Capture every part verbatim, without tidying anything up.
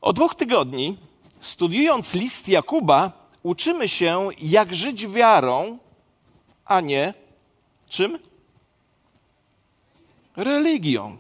Od dwóch tygodni, studiując list Jakuba, uczymy się, jak żyć wiarą, a nie czym? Religią.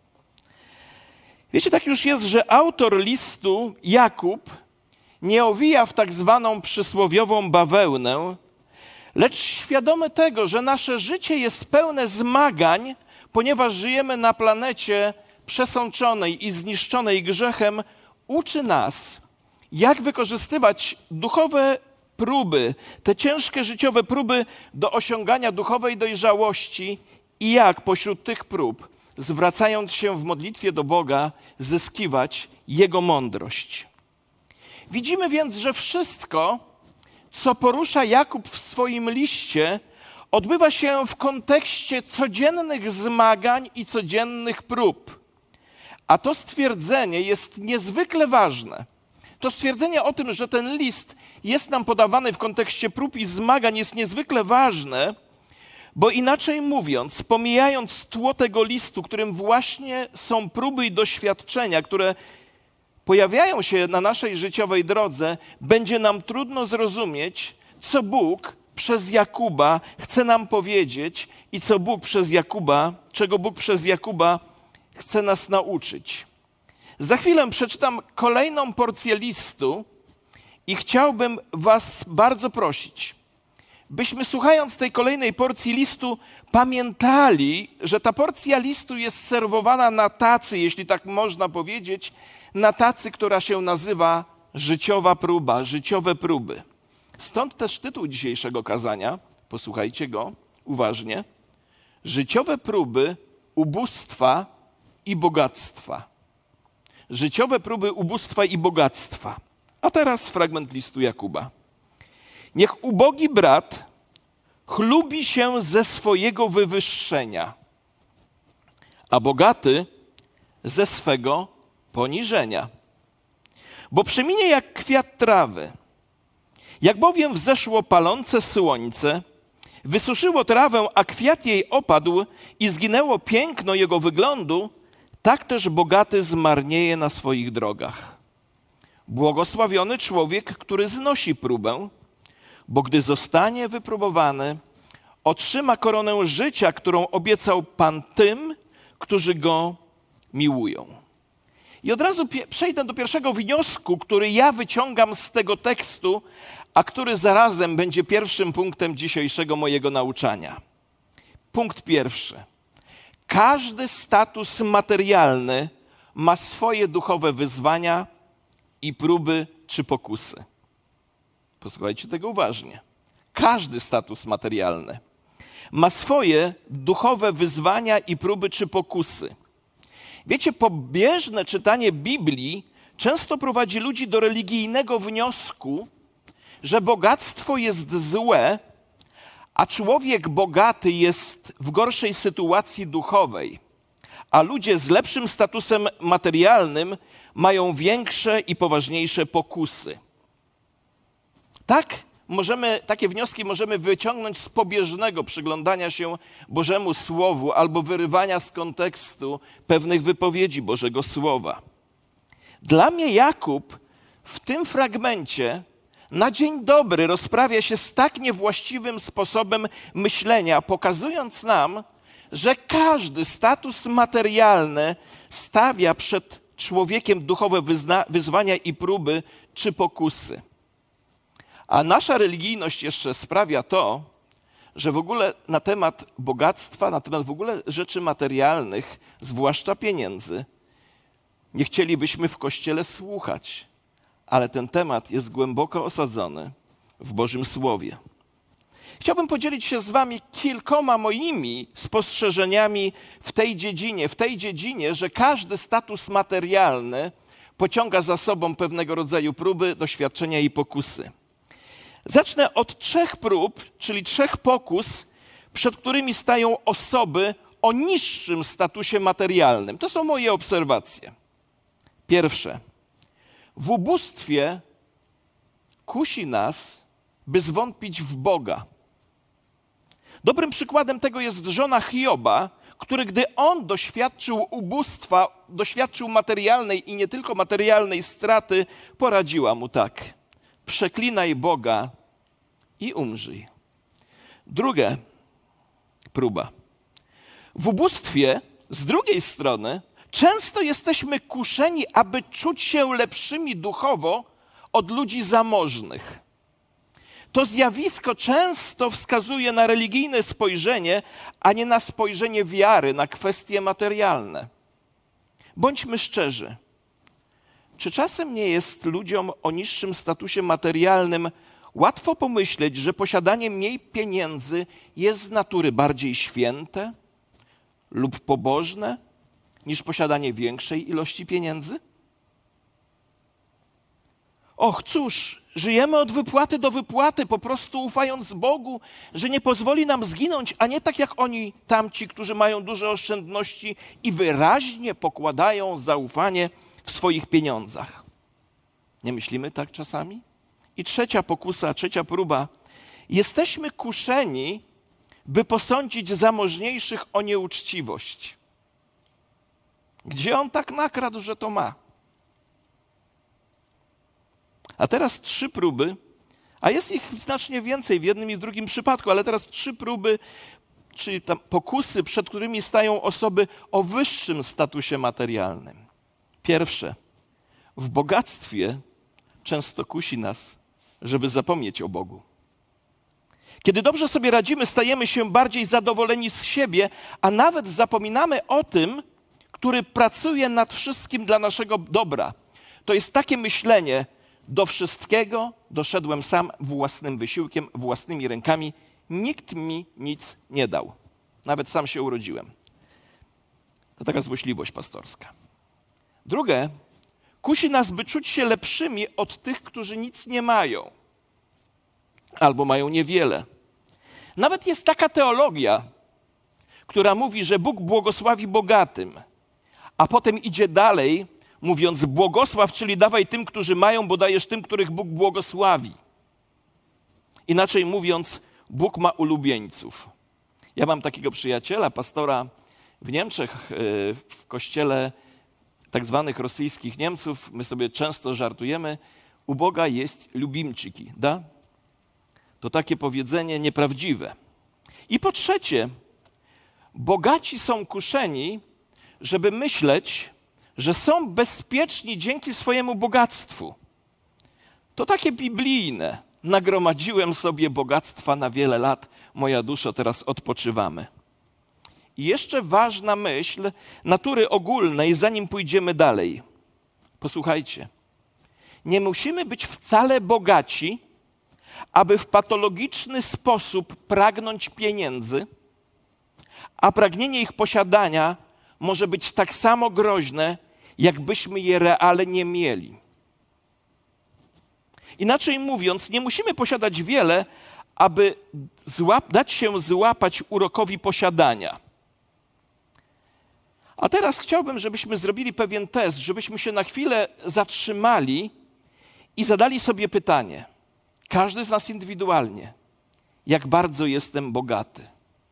Wiecie, tak już jest, że autor listu, Jakub, nie owija w tak zwaną przysłowiową bawełnę, lecz świadomy tego, że nasze życie jest pełne zmagań, ponieważ żyjemy na planecie przesączonej i zniszczonej grzechem, uczy nas, jak wykorzystywać duchowe próby, te ciężkie życiowe próby do osiągania duchowej dojrzałości i jak pośród tych prób, zwracając się w modlitwie do Boga, zyskiwać Jego mądrość. Widzimy więc, że wszystko, co porusza Jakub w swoim liście, odbywa się w kontekście codziennych zmagań i codziennych prób. A to stwierdzenie jest niezwykle ważne. To stwierdzenie o tym, że ten list jest nam podawany w kontekście prób i zmagań, jest niezwykle ważne, bo inaczej mówiąc, pomijając tło tego listu, którym właśnie są próby i doświadczenia, które pojawiają się na naszej życiowej drodze, będzie nam trudno zrozumieć, co Bóg przez Jakuba chce nam powiedzieć i co Bóg przez Jakuba, czego Bóg przez Jakuba chce nas nauczyć. Za chwilę przeczytam kolejną porcję listu i chciałbym was bardzo prosić, byśmy słuchając tej kolejnej porcji listu pamiętali, że ta porcja listu jest serwowana na tacy, jeśli tak można powiedzieć, na tacy, która się nazywa życiowa próba, życiowe próby. Stąd też tytuł dzisiejszego kazania, posłuchajcie go uważnie, życiowe próby ubóstwa i bogactwa. Życiowe próby ubóstwa i bogactwa. A teraz fragment listu Jakuba. Niech ubogi brat chlubi się ze swojego wywyższenia, a bogaty ze swego poniżenia. Bo przeminie jak kwiat trawy. Jak bowiem wzeszło palące słońce, wysuszyło trawę, a kwiat jej opadł i zginęło piękno jego wyglądu, tak też bogaty zmarnieje na swoich drogach. Błogosławiony człowiek, który znosi próbę, bo gdy zostanie wypróbowany, otrzyma koronę życia, którą obiecał Pan tym, którzy Go miłują. I od razu pie- przejdę do pierwszego wniosku, który ja wyciągam z tego tekstu, a który zarazem będzie pierwszym punktem dzisiejszego mojego nauczania. Punkt pierwszy. Każdy status materialny ma swoje duchowe wyzwania i próby czy pokusy. Posłuchajcie tego uważnie. Każdy status materialny ma swoje duchowe wyzwania i próby czy pokusy. Wiecie, pobieżne czytanie Biblii często prowadzi ludzi do religijnego wniosku, że bogactwo jest złe, a człowiek bogaty jest w gorszej sytuacji duchowej, a ludzie z lepszym statusem materialnym mają większe i poważniejsze pokusy. Tak możemy, takie wnioski możemy wyciągnąć z pobieżnego przyglądania się Bożemu Słowu albo wyrywania z kontekstu pewnych wypowiedzi Bożego Słowa. Dla mnie Jakub w tym fragmencie na dzień dobry rozprawia się z tak niewłaściwym sposobem myślenia, pokazując nam, że każdy status materialny stawia przed człowiekiem duchowe wyzna- wyzwania i próby czy pokusy. A nasza religijność jeszcze sprawia to, że w ogóle na temat bogactwa, na temat w ogóle rzeczy materialnych, zwłaszcza pieniędzy, nie chcielibyśmy w Kościele słuchać. Ale ten temat jest głęboko osadzony w Bożym Słowie. Chciałbym podzielić się z wami kilkoma moimi spostrzeżeniami w tej dziedzinie, w tej dziedzinie, że każdy status materialny pociąga za sobą pewnego rodzaju próby, doświadczenia i pokusy. Zacznę od trzech prób, czyli trzech pokus, przed którymi stają osoby o niższym statusie materialnym. To są moje obserwacje. Pierwsze. W ubóstwie kusi nas, by zwątpić w Boga. Dobrym przykładem tego jest żona Hioba, który gdy on doświadczył ubóstwa, doświadczył materialnej i nie tylko materialnej straty, poradziła mu tak: przeklinaj Boga i umrzyj. Druga próba. W ubóstwie, z drugiej strony, często jesteśmy kuszeni, aby czuć się lepszymi duchowo od ludzi zamożnych. To zjawisko często wskazuje na religijne spojrzenie, a nie na spojrzenie wiary, na kwestie materialne. Bądźmy szczerzy. Czy czasem nie jest ludziom o niższym statusie materialnym łatwo pomyśleć, że posiadanie mniej pieniędzy jest z natury bardziej święte lub pobożne niż posiadanie większej ilości pieniędzy? Och, cóż, żyjemy od wypłaty do wypłaty, po prostu ufając Bogu, że nie pozwoli nam zginąć, a nie tak jak oni, tamci, którzy mają duże oszczędności i wyraźnie pokładają zaufanie w swoich pieniądzach. Nie myślimy tak czasami? I trzecia pokusa, trzecia próba. Jesteśmy kuszeni, by posądzić zamożniejszych o nieuczciwość. Gdzie on tak nakradł, że to ma? A teraz trzy próby, a jest ich znacznie więcej w jednym i w drugim przypadku, ale teraz trzy próby, czyli tam pokusy, przed którymi stają osoby o wyższym statusie materialnym. Pierwsze, w bogactwie często kusi nas, żeby zapomnieć o Bogu. Kiedy dobrze sobie radzimy, stajemy się bardziej zadowoleni z siebie, a nawet zapominamy o tym, który pracuje nad wszystkim dla naszego dobra. To jest takie myślenie: do wszystkiego doszedłem sam własnym wysiłkiem, własnymi rękami. Nikt mi nic nie dał. Nawet sam się urodziłem. To taka złośliwość pastorska. Drugie, kusi nas, by czuć się lepszymi od tych, którzy nic nie mają. Albo mają niewiele. Nawet jest taka teologia, która mówi, że Bóg błogosławi bogatym, a potem idzie dalej, mówiąc: błogosław, czyli dawaj tym, którzy mają, bo dajesz tym, których Bóg błogosławi. Inaczej mówiąc, Bóg ma ulubieńców. Ja mam takiego przyjaciela, pastora w Niemczech, w kościele tak zwanych rosyjskich Niemców. My sobie często żartujemy: u Boga jest lubimczyki, da? To takie powiedzenie nieprawdziwe. I po trzecie, bogaci są kuszeni, żeby myśleć, że są bezpieczni dzięki swojemu bogactwu. To takie biblijne. Nagromadziłem sobie bogactwa na wiele lat, moja duszo, teraz odpoczywamy. I jeszcze ważna myśl natury ogólnej, zanim pójdziemy dalej. Posłuchajcie. Nie musimy być wcale bogaci, aby w patologiczny sposób pragnąć pieniędzy, a pragnienie ich posiadania może być tak samo groźne, jakbyśmy je realnie mieli. Inaczej mówiąc, nie musimy posiadać wiele, aby złap- dać się złapać urokowi posiadania. A teraz chciałbym, żebyśmy zrobili pewien test, żebyśmy się na chwilę zatrzymali i zadali sobie pytanie, każdy z nas indywidualnie: jak bardzo jestem bogaty?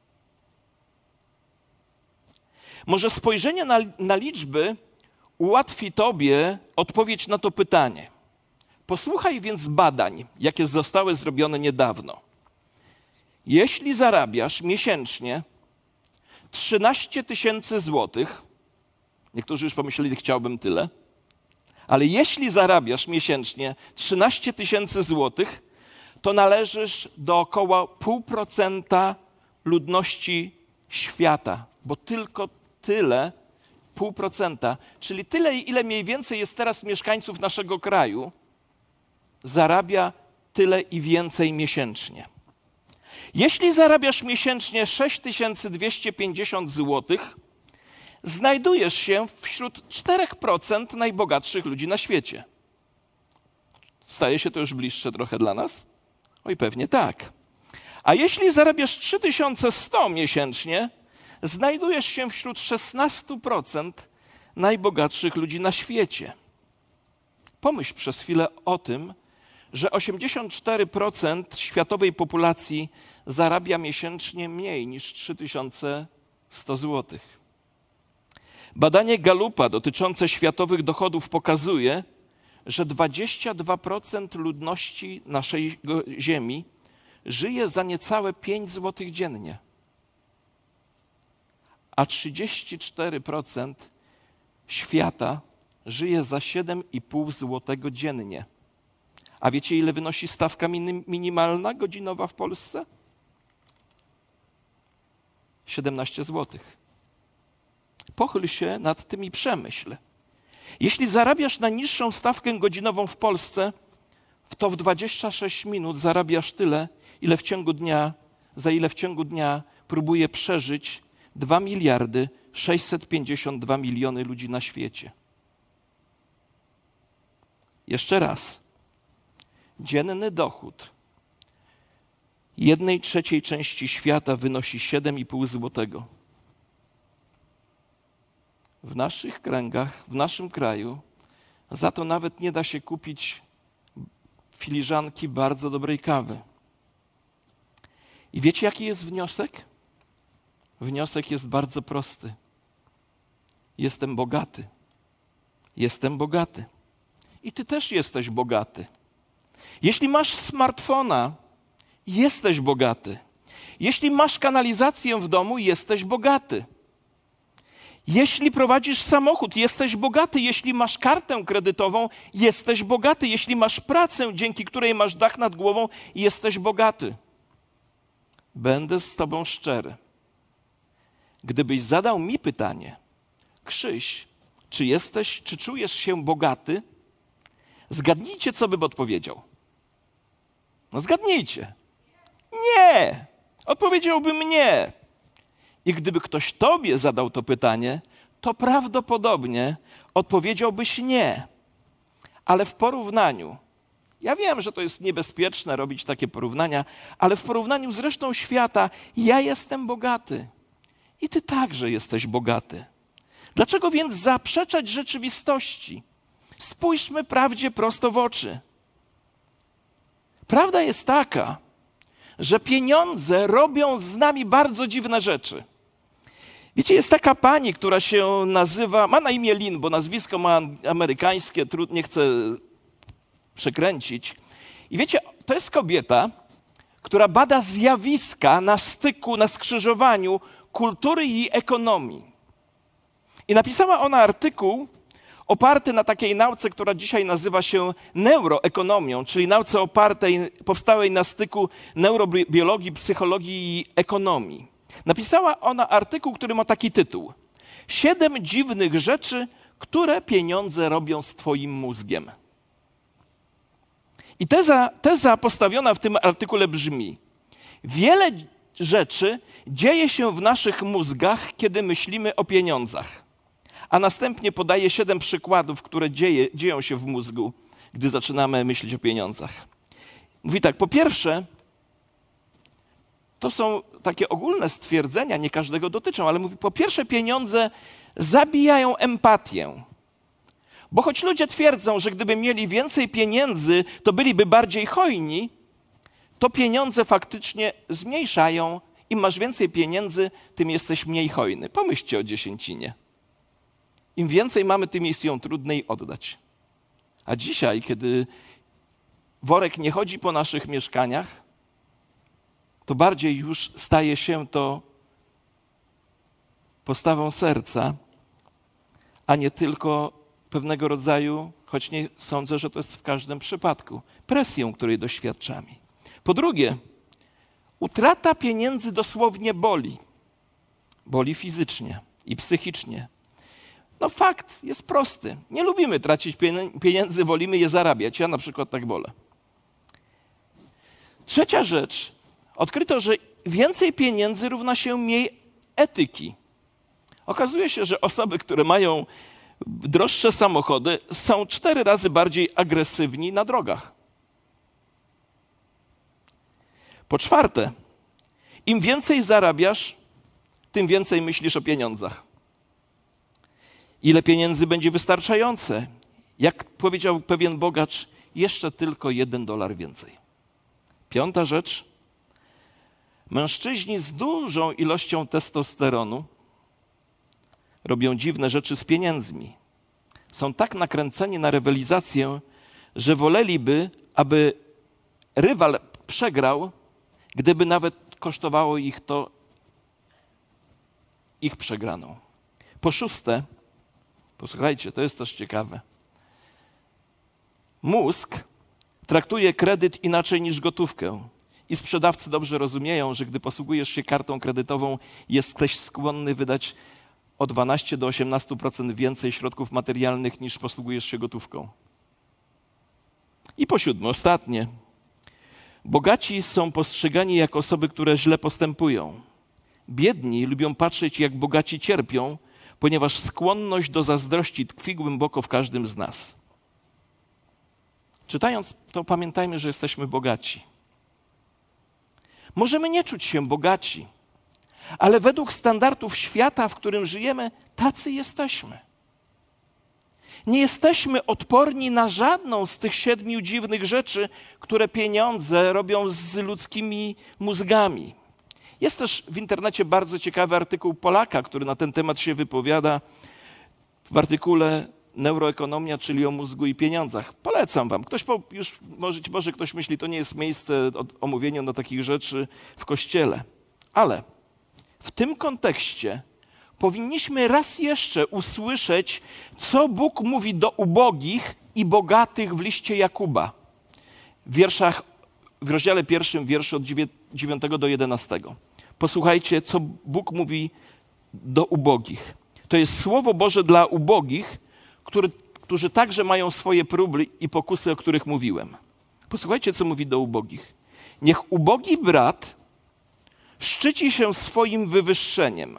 Może spojrzenie na, na liczby ułatwi tobie odpowiedź na to pytanie. Posłuchaj więc badań, jakie zostały zrobione niedawno. Jeśli zarabiasz miesięcznie trzynaście tysięcy złotych, niektórzy już pomyśleli, chciałbym tyle, ale jeśli zarabiasz miesięcznie trzynaście tysięcy złotych, to należysz do około pół procenta ludności świata, bo tylko tyle, pół procenta, czyli tyle, ile mniej więcej jest teraz mieszkańców naszego kraju, zarabia tyle i więcej miesięcznie. Jeśli zarabiasz miesięcznie sześć tysięcy dwieście pięćdziesiąt złotych, znajdujesz się wśród cztery procent najbogatszych ludzi na świecie. Staje się to już bliższe trochę dla nas? Oj, pewnie tak. A jeśli zarabiasz trzy tysiące sto miesięcznie, znajdujesz się wśród szesnaście procent najbogatszych ludzi na świecie. Pomyśl przez chwilę o tym, że osiemdziesiąt cztery procent światowej populacji zarabia miesięcznie mniej niż trzy tysiące sto złotych. Badanie Gallupa dotyczące światowych dochodów pokazuje, że dwadzieścia dwa procent ludności naszej ziemi żyje za niecałe pięć złotych dziennie, a trzydzieści cztery procent świata żyje za siedem i pół złotego dziennie. A wiecie, ile wynosi stawka minimalna godzinowa w Polsce? siedemnaście złotych. Pochyl się nad tym i przemyśl. Jeśli zarabiasz na niższą stawkę godzinową w Polsce, to w dwadzieścia sześć minut zarabiasz tyle, ile w ciągu dnia, za ile w ciągu dnia próbuje przeżyć dwa miliardy sześćset pięćdziesiąt dwa miliony ludzi na świecie. Jeszcze raz. Dzienny dochód jednej trzeciej części świata wynosi siedem i pół złotego. W naszych kręgach, w naszym kraju za to nawet nie da się kupić filiżanki bardzo dobrej kawy. I wiecie, jaki jest wniosek? Wniosek jest bardzo prosty. Jestem bogaty. Jestem bogaty. I ty też jesteś bogaty. Jeśli masz smartfona, jesteś bogaty. Jeśli masz kanalizację w domu, jesteś bogaty. Jeśli prowadzisz samochód, jesteś bogaty. Jeśli masz kartę kredytową, jesteś bogaty. Jeśli masz pracę, dzięki której masz dach nad głową, jesteś bogaty. Będę z tobą szczery. Gdybyś zadał mi pytanie, Krzyś, czy jesteś, czy czujesz się bogaty? Zgadnijcie, co bym odpowiedział. No zgadnijcie. Nie. Odpowiedziałbym nie. I gdyby ktoś tobie zadał to pytanie, to prawdopodobnie odpowiedziałbyś nie. Ale w porównaniu, ja wiem, że to jest niebezpieczne robić takie porównania, ale w porównaniu z resztą świata ja jestem bogaty. I ty także jesteś bogaty. Dlaczego więc zaprzeczać rzeczywistości? Spójrzmy prawdzie prosto w oczy. Prawda jest taka, że pieniądze robią z nami bardzo dziwne rzeczy. Wiecie, jest taka pani, która się nazywa, ma na imię Lynn, bo nazwisko ma amerykańskie, trudno, nie chcę przekręcić. I wiecie, to jest kobieta, która bada zjawiska na styku, na skrzyżowaniu kultury i ekonomii. I napisała ona artykuł oparty na takiej nauce, która dzisiaj nazywa się neuroekonomią, czyli nauce opartej, powstałej na styku neurobiologii, psychologii i ekonomii. Napisała ona artykuł, który ma taki tytuł: Siedem dziwnych rzeczy, które pieniądze robią z twoim mózgiem. I teza, teza postawiona w tym artykule brzmi: wiele rzeczy dzieje się w naszych mózgach, kiedy myślimy o pieniądzach. A następnie podaje siedem przykładów, które dzieje, dzieją się w mózgu, gdy zaczynamy myśleć o pieniądzach. Mówi tak, po pierwsze, to są takie ogólne stwierdzenia, nie każdego dotyczą, ale mówi, po pierwsze, pieniądze zabijają empatię. Bo choć ludzie twierdzą, że gdyby mieli więcej pieniędzy, to byliby bardziej hojni, to pieniądze faktycznie zmniejszają. Im masz więcej pieniędzy, tym jesteś mniej hojny. Pomyślcie o dziesięcinie. Im więcej mamy, tym jest ją trudniej oddać. A dzisiaj, kiedy worek nie chodzi po naszych mieszkaniach, to bardziej już staje się to postawą serca, a nie tylko pewnego rodzaju, choć nie sądzę, że to jest w każdym przypadku, presją, której doświadczamy. Po drugie, utrata pieniędzy dosłownie boli. Boli fizycznie i psychicznie. No fakt jest prosty. Nie lubimy tracić pieniędzy, wolimy je zarabiać. Ja na przykład tak wolę. Trzecia rzecz. Odkryto, że więcej pieniędzy równa się mniej etyki. Okazuje się, że osoby, które mają droższe samochody, są cztery razy bardziej agresywni na drogach. Po czwarte, im więcej zarabiasz, tym więcej myślisz o pieniądzach. Ile pieniędzy będzie wystarczające? Jak powiedział pewien bogacz, jeszcze tylko jeden dolar więcej. Piąta rzecz. Mężczyźni z dużą ilością testosteronu robią dziwne rzeczy z pieniędzmi. Są tak nakręceni na rywalizację, że woleliby, aby rywal przegrał, gdyby nawet kosztowało ich to ich przegraną. Po szóste, posłuchajcie, to jest też ciekawe. Mózg traktuje kredyt inaczej niż gotówkę. I sprzedawcy dobrze rozumieją, że gdy posługujesz się kartą kredytową, jesteś skłonny wydać o dwanaście do osiemnastu procent więcej środków materialnych niż posługujesz się gotówką. I po siódme, ostatnie. Bogaci są postrzegani jako osoby, które źle postępują. Biedni lubią patrzeć, jak bogaci cierpią, ponieważ skłonność do zazdrości tkwi głęboko w każdym z nas. Czytając to, pamiętajmy, że jesteśmy bogaci. Możemy nie czuć się bogaci, ale według standardów świata, w którym żyjemy, tacy jesteśmy. Nie jesteśmy odporni na żadną z tych siedmiu dziwnych rzeczy, które pieniądze robią z ludzkimi mózgami. Jest też w internecie bardzo ciekawy artykuł Polaka, który na ten temat się wypowiada w artykule Neuroekonomia, czyli o mózgu i pieniądzach. Polecam wam. Ktoś po, już może, może ktoś myśli, to nie jest miejsce omówienia na takich rzeczy w kościele. Ale w tym kontekście powinniśmy raz jeszcze usłyszeć, co Bóg mówi do ubogich i bogatych w liście Jakuba. W wierszach, w rozdziale pierwszym, wierszu od dziewiątego do jedenastego. Posłuchajcie, co Bóg mówi do ubogich. To jest Słowo Boże dla ubogich, który, którzy także mają swoje próby i pokusy, o których mówiłem. Posłuchajcie, co mówi do ubogich. Niech ubogi brat szczyci się swoim wywyższeniem.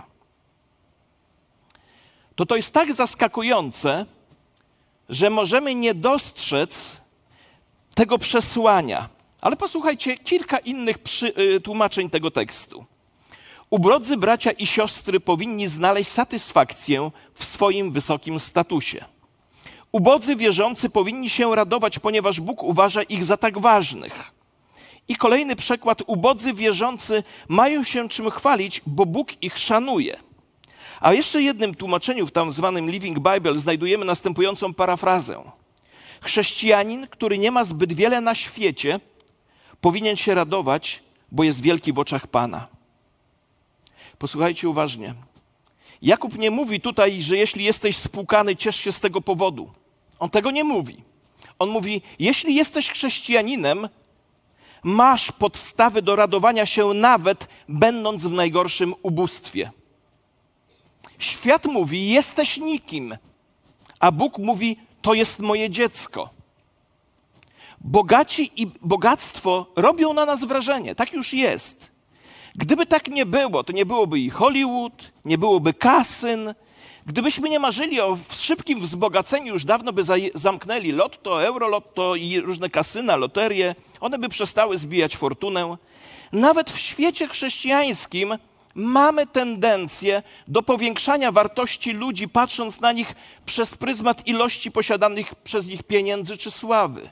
To to jest tak zaskakujące, że możemy nie dostrzec tego przesłania. Ale posłuchajcie kilka innych przy, y, tłumaczeń tego tekstu. Ubrodzy bracia i siostry powinni znaleźć satysfakcję w swoim wysokim statusie. Ubodzy wierzący powinni się radować, ponieważ Bóg uważa ich za tak ważnych. I kolejny przykład. Ubodzy wierzący mają się czym chwalić, bo Bóg ich szanuje. A w jeszcze jednym tłumaczeniu, w tam zwanym Living Bible, znajdujemy następującą parafrazę. Chrześcijanin, który nie ma zbyt wiele na świecie, powinien się radować, bo jest wielki w oczach Pana. Posłuchajcie uważnie. Jakub nie mówi tutaj, że jeśli jesteś spłukany, ciesz się z tego powodu. On tego nie mówi. On mówi, jeśli jesteś chrześcijaninem, masz podstawy do radowania się nawet będąc w najgorszym ubóstwie. Świat mówi, jesteś nikim, a Bóg mówi, to jest moje dziecko. Bogaci i bogactwo robią na nas wrażenie, tak już jest. Gdyby tak nie było, to nie byłoby i Hollywood, nie byłoby kasyn. Gdybyśmy nie marzyli o szybkim wzbogaceniu, już dawno by zamknęli lotto, eurolotto i różne kasyna, loterie. One by przestały zbijać fortunę. Nawet w świecie chrześcijańskim mamy tendencję do powiększania wartości ludzi, patrząc na nich przez pryzmat ilości posiadanych przez nich pieniędzy czy sławy.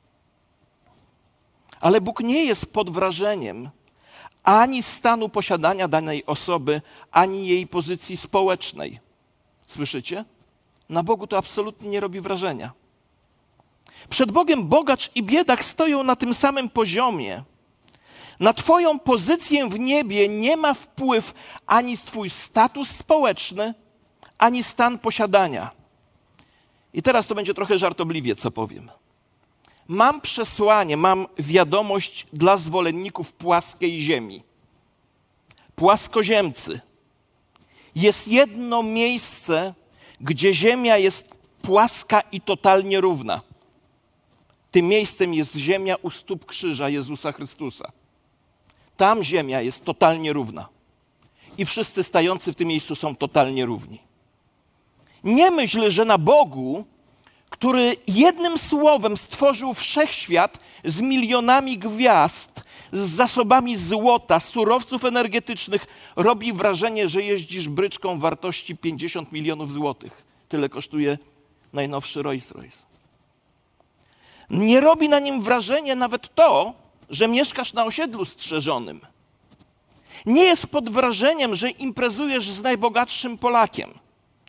Ale Bóg nie jest pod wrażeniem ani stanu posiadania danej osoby, ani jej pozycji społecznej. Słyszycie? Na Bogu to absolutnie nie robi wrażenia. Przed Bogiem bogacz i biedak stoją na tym samym poziomie. Na twoją pozycję w niebie nie ma wpływ ani twój status społeczny, ani stan posiadania. I teraz to będzie trochę żartobliwie, co powiem. Mam przesłanie, mam wiadomość dla zwolenników płaskiej ziemi. Płaskoziemcy. Jest jedno miejsce, gdzie ziemia jest płaska i totalnie równa. Tym miejscem jest ziemia u stóp krzyża Jezusa Chrystusa. Tam ziemia jest totalnie równa. I wszyscy stający w tym miejscu są totalnie równi. Nie myśl, że na Bogu, który jednym słowem stworzył wszechświat z milionami gwiazd, z zasobami złota, surowców energetycznych, robi wrażenie, że jeździsz bryczką wartości pięćdziesiąt milionów złotych. Tyle kosztuje najnowszy Rolls Royce. Nie robi na nim wrażenia nawet to, że mieszkasz na osiedlu strzeżonym. Nie jest pod wrażeniem, że imprezujesz z najbogatszym Polakiem.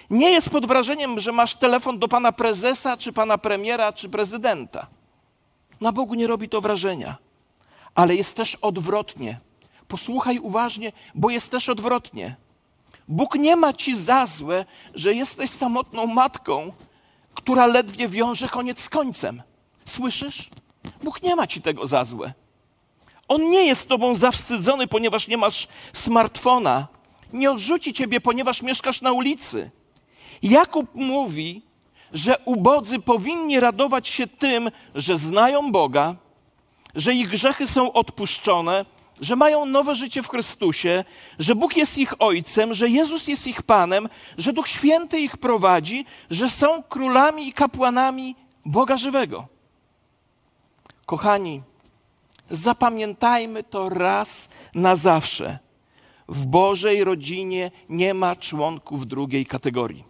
Nie jest pod wrażeniem, że masz telefon do pana prezesa, czy pana premiera, czy prezydenta. Na Bogu nie robi to wrażenia. Ale jest też odwrotnie. Posłuchaj uważnie, bo jest też odwrotnie. Bóg nie ma ci za złe, że jesteś samotną matką, która ledwie wiąże koniec z końcem. Słyszysz? Bóg nie ma ci tego za złe. On nie jest tobą zawstydzony, ponieważ nie masz smartfona. Nie odrzuci ciebie, ponieważ mieszkasz na ulicy. Jakub mówi, że ubodzy powinni radować się tym, że znają Boga, że ich grzechy są odpuszczone, że mają nowe życie w Chrystusie, że Bóg jest ich Ojcem, że Jezus jest ich Panem, że Duch Święty ich prowadzi, że są królami i kapłanami Boga żywego. Kochani, zapamiętajmy to raz na zawsze. W Bożej rodzinie nie ma członków drugiej kategorii.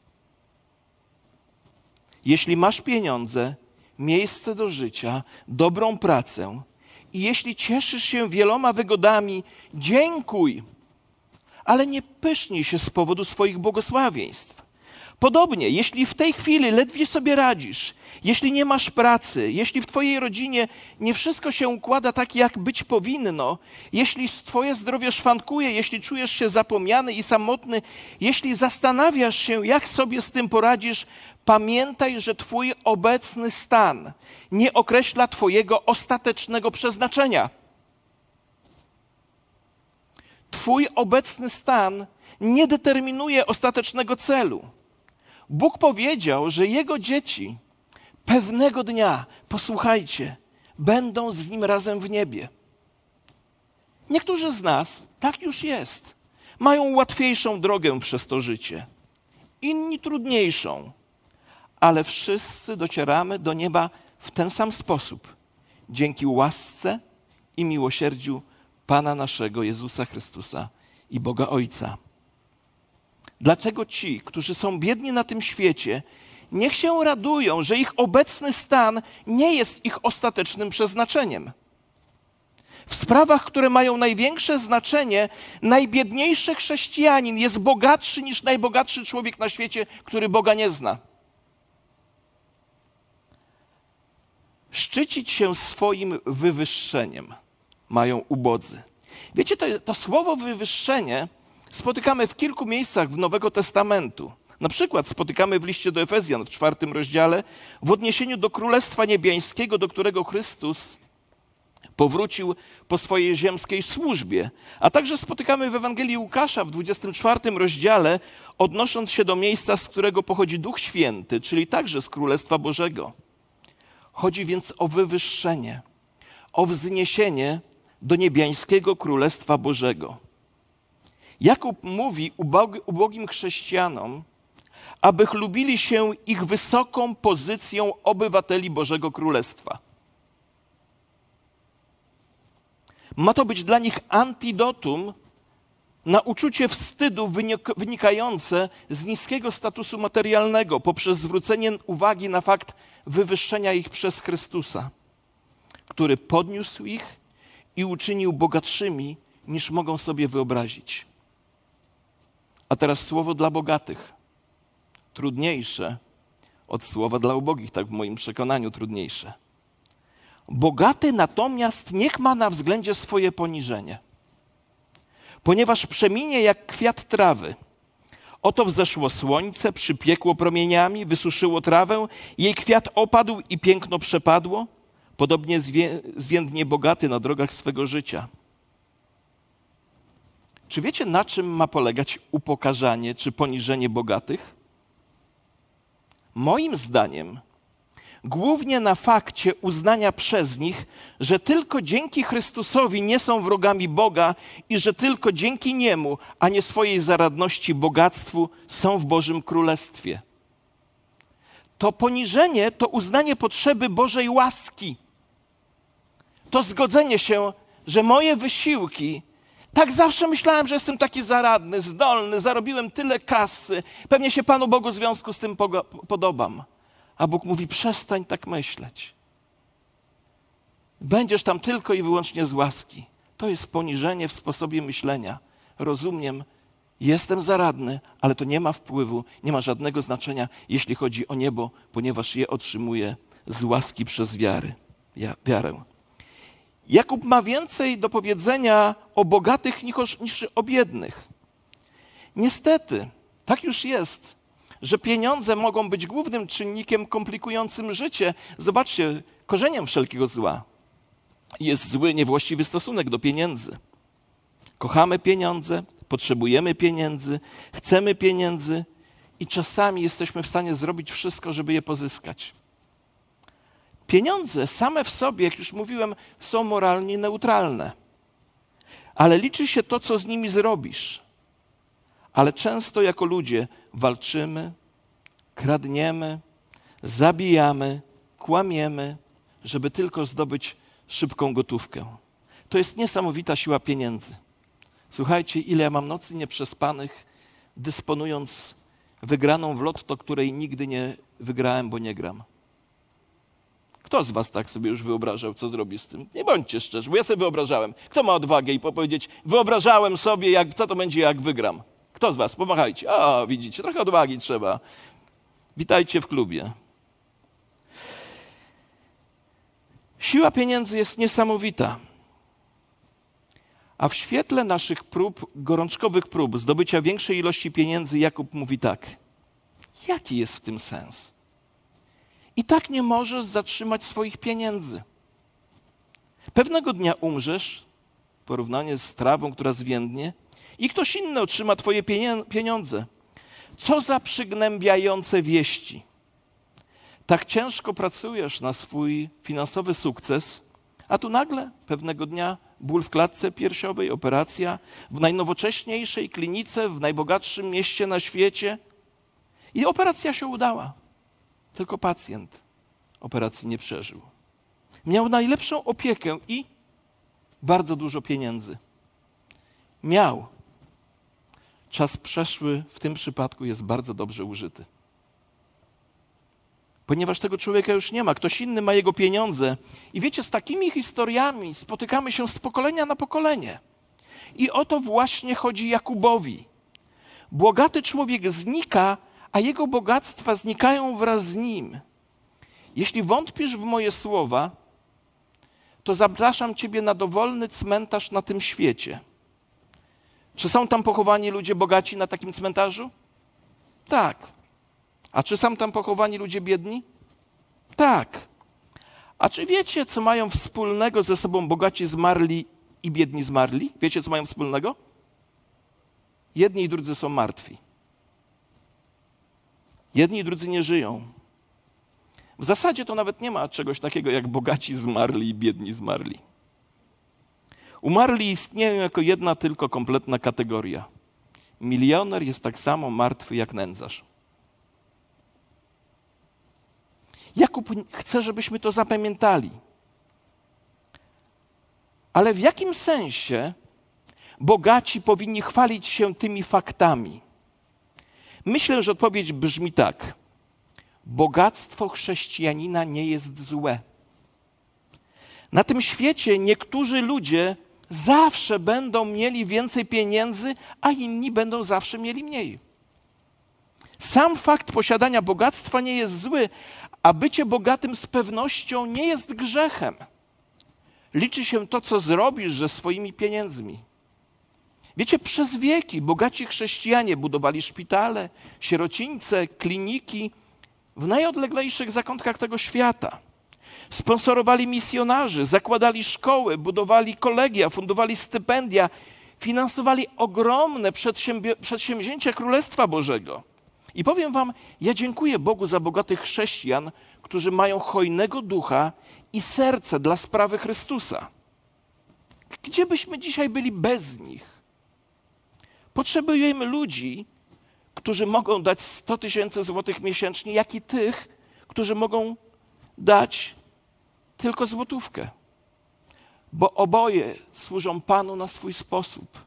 Jeśli masz pieniądze, miejsce do życia, dobrą pracę i jeśli cieszysz się wieloma wygodami, dziękuj, ale nie pysznij się z powodu swoich błogosławieństw. Podobnie, jeśli w tej chwili ledwie sobie radzisz, jeśli nie masz pracy, jeśli w twojej rodzinie nie wszystko się układa tak, jak być powinno, jeśli twoje zdrowie szwankuje, jeśli czujesz się zapomniany i samotny, jeśli zastanawiasz się, jak sobie z tym poradzisz, pamiętaj, że twój obecny stan nie określa twojego ostatecznego przeznaczenia. Twój obecny stan nie determinuje ostatecznego celu. Bóg powiedział, że Jego dzieci pewnego dnia, posłuchajcie, będą z Nim razem w niebie. Niektórzy z nas, tak już jest, mają łatwiejszą drogę przez to życie, inni trudniejszą, ale wszyscy docieramy do nieba w ten sam sposób, dzięki łasce i miłosierdziu Pana naszego Jezusa Chrystusa i Boga Ojca. Dlaczego ci, którzy są biedni na tym świecie, niech się radują, że ich obecny stan nie jest ich ostatecznym przeznaczeniem? W sprawach, które mają największe znaczenie, najbiedniejszy chrześcijanin jest bogatszy niż najbogatszy człowiek na świecie, który Boga nie zna. Szczycić się swoim wywyższeniem mają ubodzy. Wiecie, to, to słowo wywyższenie spotykamy w kilku miejscach w Nowego Testamentu. Na przykład spotykamy w liście do Efezjan w czwartym rozdziale w odniesieniu do Królestwa Niebiańskiego, do którego Chrystus powrócił po swojej ziemskiej służbie. A także spotykamy w Ewangelii Łukasza w dwudziestym czwartym rozdziale, odnosząc się do miejsca, z którego pochodzi Duch Święty, czyli także z Królestwa Bożego. Chodzi więc o wywyższenie, o wzniesienie do niebiańskiego Królestwa Bożego. Jakub mówi ubogi, ubogim chrześcijanom, aby chlubili się ich wysoką pozycją obywateli Bożego Królestwa. Ma to być dla nich antidotum na uczucie wstydu wynikające z niskiego statusu materialnego poprzez zwrócenie uwagi na fakt wywyższenia ich przez Chrystusa, który podniósł ich i uczynił bogatszymi, niż mogą sobie wyobrazić. A teraz słowo dla bogatych. Trudniejsze od słowa dla ubogich, tak w moim przekonaniu trudniejsze. Bogaty natomiast niech ma na względzie swoje poniżenie, ponieważ przeminie jak kwiat trawy. Oto wzeszło słońce, przypiekło promieniami, wysuszyło trawę, jej kwiat opadł i piękno przepadło. Podobnie zwię, zwiędnie bogaty na drogach swego życia. Czy wiecie, na czym ma polegać upokarzanie czy poniżenie bogatych? Moim zdaniem głównie na fakcie uznania przez nich, że tylko dzięki Chrystusowi nie są wrogami Boga i że tylko dzięki Niemu, a nie swojej zaradności bogactwu, są w Bożym Królestwie. To poniżenie to uznanie potrzeby Bożej łaski. To zgodzenie się, że moje wysiłki, tak zawsze myślałem, że jestem taki zaradny, zdolny, zarobiłem tyle kasy, pewnie się Panu Bogu w związku z tym podobam. A Bóg mówi, przestań tak myśleć. Będziesz tam tylko i wyłącznie z łaski. To jest poniżenie w sposobie myślenia. Rozumiem, Jestem zaradny, ale to nie ma wpływu, nie ma żadnego znaczenia, jeśli chodzi o niebo, ponieważ je otrzymuję z łaski przez wiary, ja, wiarę. Jakub ma więcej do powiedzenia o bogatych niż, niż o biednych. Niestety, tak już jest, że pieniądze mogą być głównym czynnikiem komplikującym życie. Zobaczcie, korzeniem wszelkiego zła jest zły, niewłaściwy stosunek do pieniędzy. Kochamy pieniądze, potrzebujemy pieniędzy, chcemy pieniędzy i czasami jesteśmy w stanie zrobić wszystko, żeby je pozyskać. Pieniądze same w sobie, jak już mówiłem, są moralnie neutralne, ale liczy się to, co z nimi zrobisz. Ale często jako ludzie walczymy, kradniemy, zabijamy, kłamiemy, żeby tylko zdobyć szybką gotówkę. To jest niesamowita siła pieniędzy. Słuchajcie, ile ja mam nocy nieprzespanych, dysponując wygraną w lotto, której nigdy nie wygrałem, bo nie gram. Kto z was tak sobie już wyobrażał, co zrobi z tym? Nie bądźcie szczerzy, bo ja sobie wyobrażałem. Kto ma odwagę i powiedzieć, wyobrażałem sobie, jak, co to będzie, jak wygram? Kto z was? Pomachajcie. A, widzicie, trochę odwagi trzeba. Witajcie w klubie. Siła pieniędzy jest niesamowita. A w świetle naszych prób, gorączkowych prób zdobycia większej ilości pieniędzy, Jakub mówi tak. Jaki jest w tym sens? I tak nie możesz zatrzymać swoich pieniędzy. Pewnego dnia umrzesz, porównanie z trawą, która zwiędnie, i ktoś inny otrzyma twoje pieniądze. Co za przygnębiające wieści. Tak ciężko pracujesz na swój finansowy sukces, a tu nagle pewnego dnia ból w klatce piersiowej, operacja w najnowocześniejszej klinice, w najbogatszym mieście na świecie. I operacja się udała. Tylko pacjent operacji nie przeżył. Miał najlepszą opiekę i bardzo dużo pieniędzy. Miał. Czas przeszły w tym przypadku jest bardzo dobrze użyty. Ponieważ tego człowieka już nie ma, ktoś inny ma jego pieniądze. I wiecie, z takimi historiami spotykamy się z pokolenia na pokolenie. I o to właśnie chodzi Jakubowi. Bogaty człowiek znika, a jego bogactwa znikają wraz z nim. Jeśli wątpisz w moje słowa, to zapraszam ciebie na dowolny cmentarz na tym świecie. Czy są tam pochowani ludzie bogaci na takim cmentarzu? Tak. A czy są tam pochowani ludzie biedni? Tak. A czy wiecie, co mają wspólnego ze sobą bogaci zmarli i biedni zmarli? Wiecie, co mają wspólnego? Jedni i drudzy są martwi. Jedni i drudzy nie żyją. W zasadzie to nawet nie ma czegoś takiego jak bogaci zmarli i biedni zmarli. Umarli istnieją jako jedna tylko kompletna kategoria. Milioner jest tak samo martwy jak nędzarz. Jakub chce, żebyśmy to zapamiętali. Ale w jakim sensie bogaci powinni chwalić się tymi faktami? Myślę, że odpowiedź brzmi tak. Bogactwo chrześcijanina nie jest złe. Na tym świecie niektórzy ludzie zawsze będą mieli więcej pieniędzy, a inni będą zawsze mieli mniej. Sam fakt posiadania bogactwa nie jest zły, a bycie bogatym z pewnością nie jest grzechem. Liczy się to, co zrobisz ze swoimi pieniędzmi. Wiecie, przez wieki bogaci chrześcijanie budowali szpitale, sierocińce, kliniki w najodleglejszych zakątkach tego świata. Sponsorowali misjonarzy, zakładali szkoły, budowali kolegia, fundowali stypendia, finansowali ogromne przedsięwzięcia Królestwa Bożego. I powiem wam, ja dziękuję Bogu za bogatych chrześcijan, którzy mają hojnego ducha i serce dla sprawy Chrystusa. Gdzie byśmy dzisiaj byli bez nich? Potrzebujemy ludzi, którzy mogą dać sto tysięcy złotych miesięcznie, jak i tych, którzy mogą dać tylko złotówkę. Bo oboje służą Panu na swój sposób.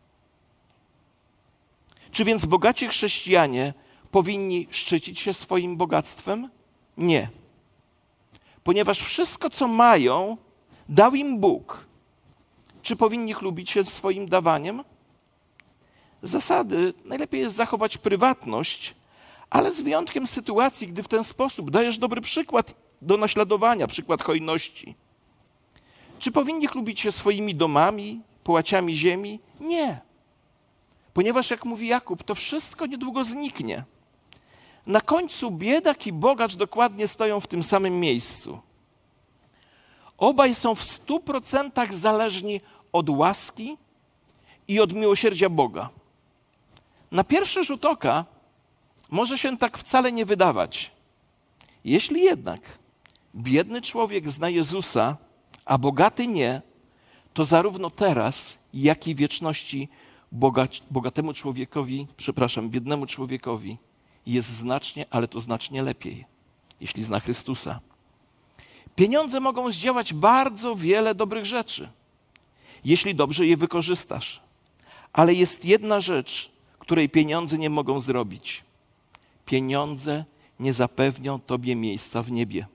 Czy więc bogaci chrześcijanie powinni szczycić się swoim bogactwem? Nie. Ponieważ wszystko, co mają, dał im Bóg. Czy powinni chlubić się swoim dawaniem? z zasady najlepiej jest zachować prywatność, ale z wyjątkiem sytuacji, gdy w ten sposób dajesz dobry przykład do naśladowania, przykład hojności. Czy powinni chlubić się swoimi domami, połaciami ziemi? Nie. Ponieważ, jak mówi Jakub, to wszystko niedługo zniknie. Na końcu biedak i bogacz dokładnie stoją w tym samym miejscu. Obaj są w stu procentach zależni od łaski i od miłosierdzia Boga. Na pierwszy rzut oka może się tak wcale nie wydawać. Jeśli jednak biedny człowiek zna Jezusa, a bogaty nie, to zarówno teraz, jak i w wieczności bogacz, bogatemu człowiekowi, przepraszam, biednemu człowiekowi jest znacznie, ale to znacznie lepiej, jeśli zna Chrystusa. Pieniądze mogą zdziałać bardzo wiele dobrych rzeczy, jeśli dobrze je wykorzystasz. Ale jest jedna rzecz, której pieniądze nie mogą zrobić. Pieniądze nie zapewnią tobie miejsca w niebie.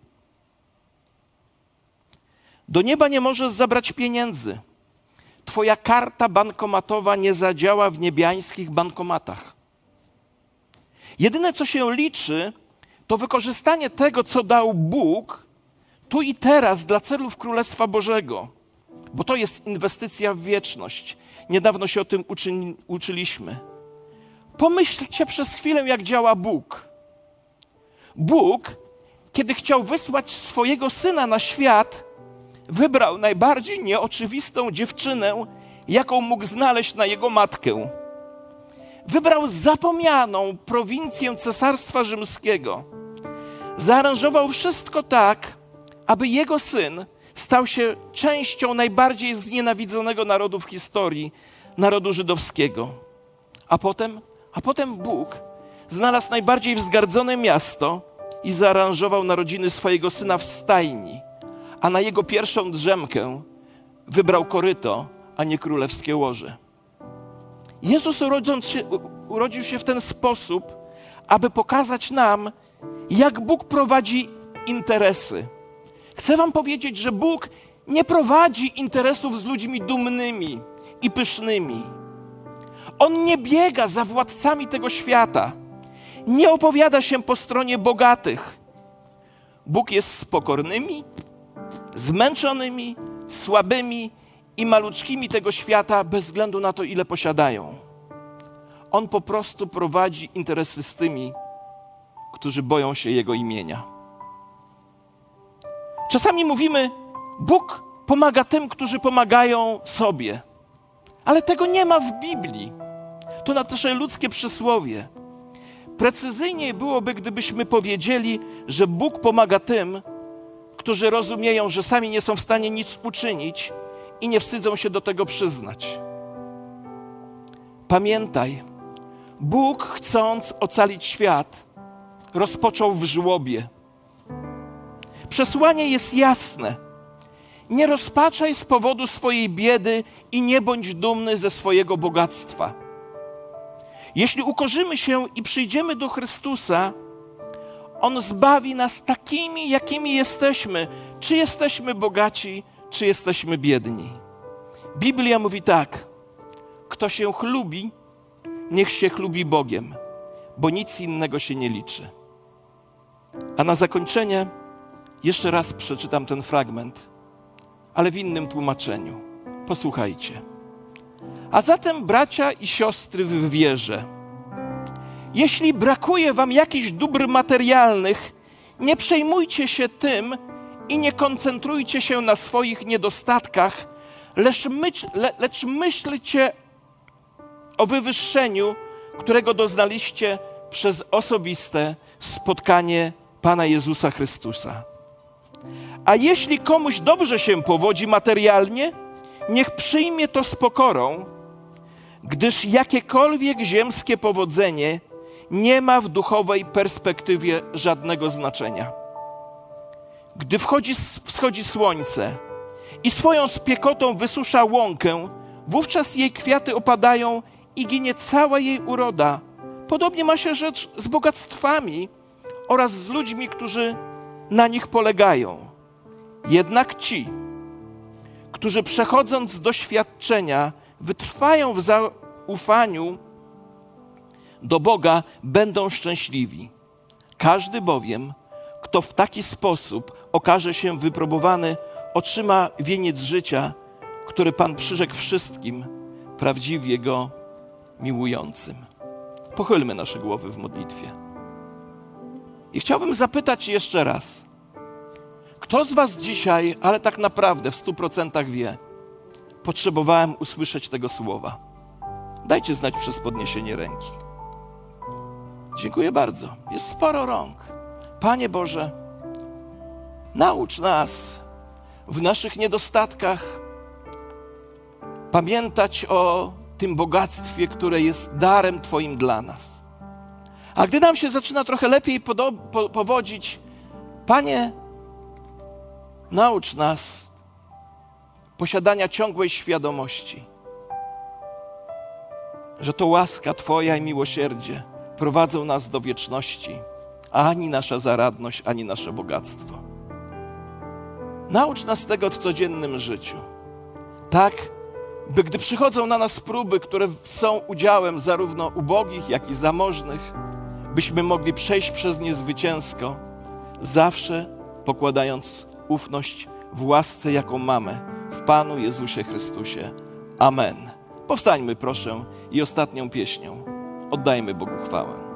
Do nieba nie możesz zabrać pieniędzy. Twoja karta bankomatowa nie zadziała w niebiańskich bankomatach. Jedyne, co się liczy, to wykorzystanie tego, co dał Bóg, tu i teraz dla celów Królestwa Bożego, bo to jest inwestycja w wieczność. Niedawno się o tym uczy, uczyliśmy. Pomyślcie przez chwilę, jak działa Bóg. Bóg, kiedy chciał wysłać swojego Syna na świat, wybrał najbardziej nieoczywistą dziewczynę, jaką mógł znaleźć na jego matkę. Wybrał zapomnianą prowincję Cesarstwa Rzymskiego. Zaaranżował wszystko tak, aby jego Syn stał się częścią najbardziej znienawidzonego narodu w historii, narodu żydowskiego. A potem, a potem Bóg znalazł najbardziej wzgardzone miasto i zaaranżował narodziny swojego Syna w stajni, a na jego pierwszą drzemkę wybrał koryto, a nie królewskie łoże. Jezus urodząc się, urodził się w ten sposób, aby pokazać nam, jak Bóg prowadzi interesy. Chcę wam powiedzieć, że Bóg nie prowadzi interesów z ludźmi dumnymi i pysznymi. On nie biega za władcami tego świata. Nie opowiada się po stronie bogatych. Bóg jest z pokornymi, zmęczonymi, słabymi i maluczkimi tego świata bez względu na to, ile posiadają. On po prostu prowadzi interesy z tymi, którzy boją się Jego imienia. Czasami mówimy, Bóg pomaga tym, którzy pomagają sobie. Ale tego nie ma w Biblii. To nasze ludzkie przysłowie. Precyzyjniej byłoby, gdybyśmy powiedzieli, że Bóg pomaga tym, którzy rozumieją, że sami nie są w stanie nic uczynić i nie wstydzą się do tego przyznać. Pamiętaj, Bóg, chcąc ocalić świat, rozpoczął w żłobie. Przesłanie jest jasne. Nie rozpaczaj z powodu swojej biedy i nie bądź dumny ze swojego bogactwa. Jeśli ukorzymy się i przyjdziemy do Chrystusa, On zbawi nas takimi, jakimi jesteśmy, czy jesteśmy bogaci, czy jesteśmy biedni. Biblia mówi tak, kto się chlubi, niech się chlubi Bogiem, bo nic innego się nie liczy. A na zakończenie jeszcze raz przeczytam ten fragment, ale w innym tłumaczeniu. Posłuchajcie. A zatem, bracia i siostry w wierze, jeśli brakuje wam jakichś dóbr materialnych, nie przejmujcie się tym i nie koncentrujcie się na swoich niedostatkach, lecz, myśl, le, lecz myślcie o wywyższeniu, którego doznaliście przez osobiste spotkanie Pana Jezusa Chrystusa. A jeśli komuś dobrze się powodzi materialnie, niech przyjmie to z pokorą, gdyż jakiekolwiek ziemskie powodzenie nie ma w duchowej perspektywie żadnego znaczenia. Gdy wchodzi, wschodzi słońce i swoją spiekotą wysusza łąkę, wówczas jej kwiaty opadają i ginie cała jej uroda. Podobnie ma się rzecz z bogactwami oraz z ludźmi, którzy na nich polegają. Jednak ci, którzy przechodząc z doświadczenia wytrwają w zaufaniu do Boga, będą szczęśliwi. Każdy bowiem, kto w taki sposób okaże się wypróbowany, otrzyma wieniec życia, który Pan przyrzekł wszystkim prawdziwie Go miłującym. Pochylmy nasze głowy w modlitwie. I chciałbym zapytać jeszcze raz, kto z was dzisiaj, ale tak naprawdę w stu procentach wie, potrzebowałem usłyszeć tego słowa? Dajcie znać przez podniesienie ręki. Dziękuję bardzo. Jest sporo rąk. Panie Boże, naucz nas w naszych niedostatkach pamiętać o tym bogactwie, które jest darem Twoim dla nas. A gdy nam się zaczyna trochę lepiej podo- po- powodzić, Panie, naucz nas posiadania ciągłej świadomości, że to łaska Twoja i miłosierdzie prowadzą nas do wieczności, a ani nasza zaradność, ani nasze bogactwo. Naucz nas tego w codziennym życiu, tak by gdy przychodzą na nas próby, które są udziałem zarówno ubogich, jak i zamożnych, byśmy mogli przejść przez nie zwycięsko, zawsze pokładając ufność w łasce, jaką mamy w Panu Jezusie Chrystusie. Amen. Powstańmy, proszę, i ostatnią pieśnią oddajmy Bogu chwałę.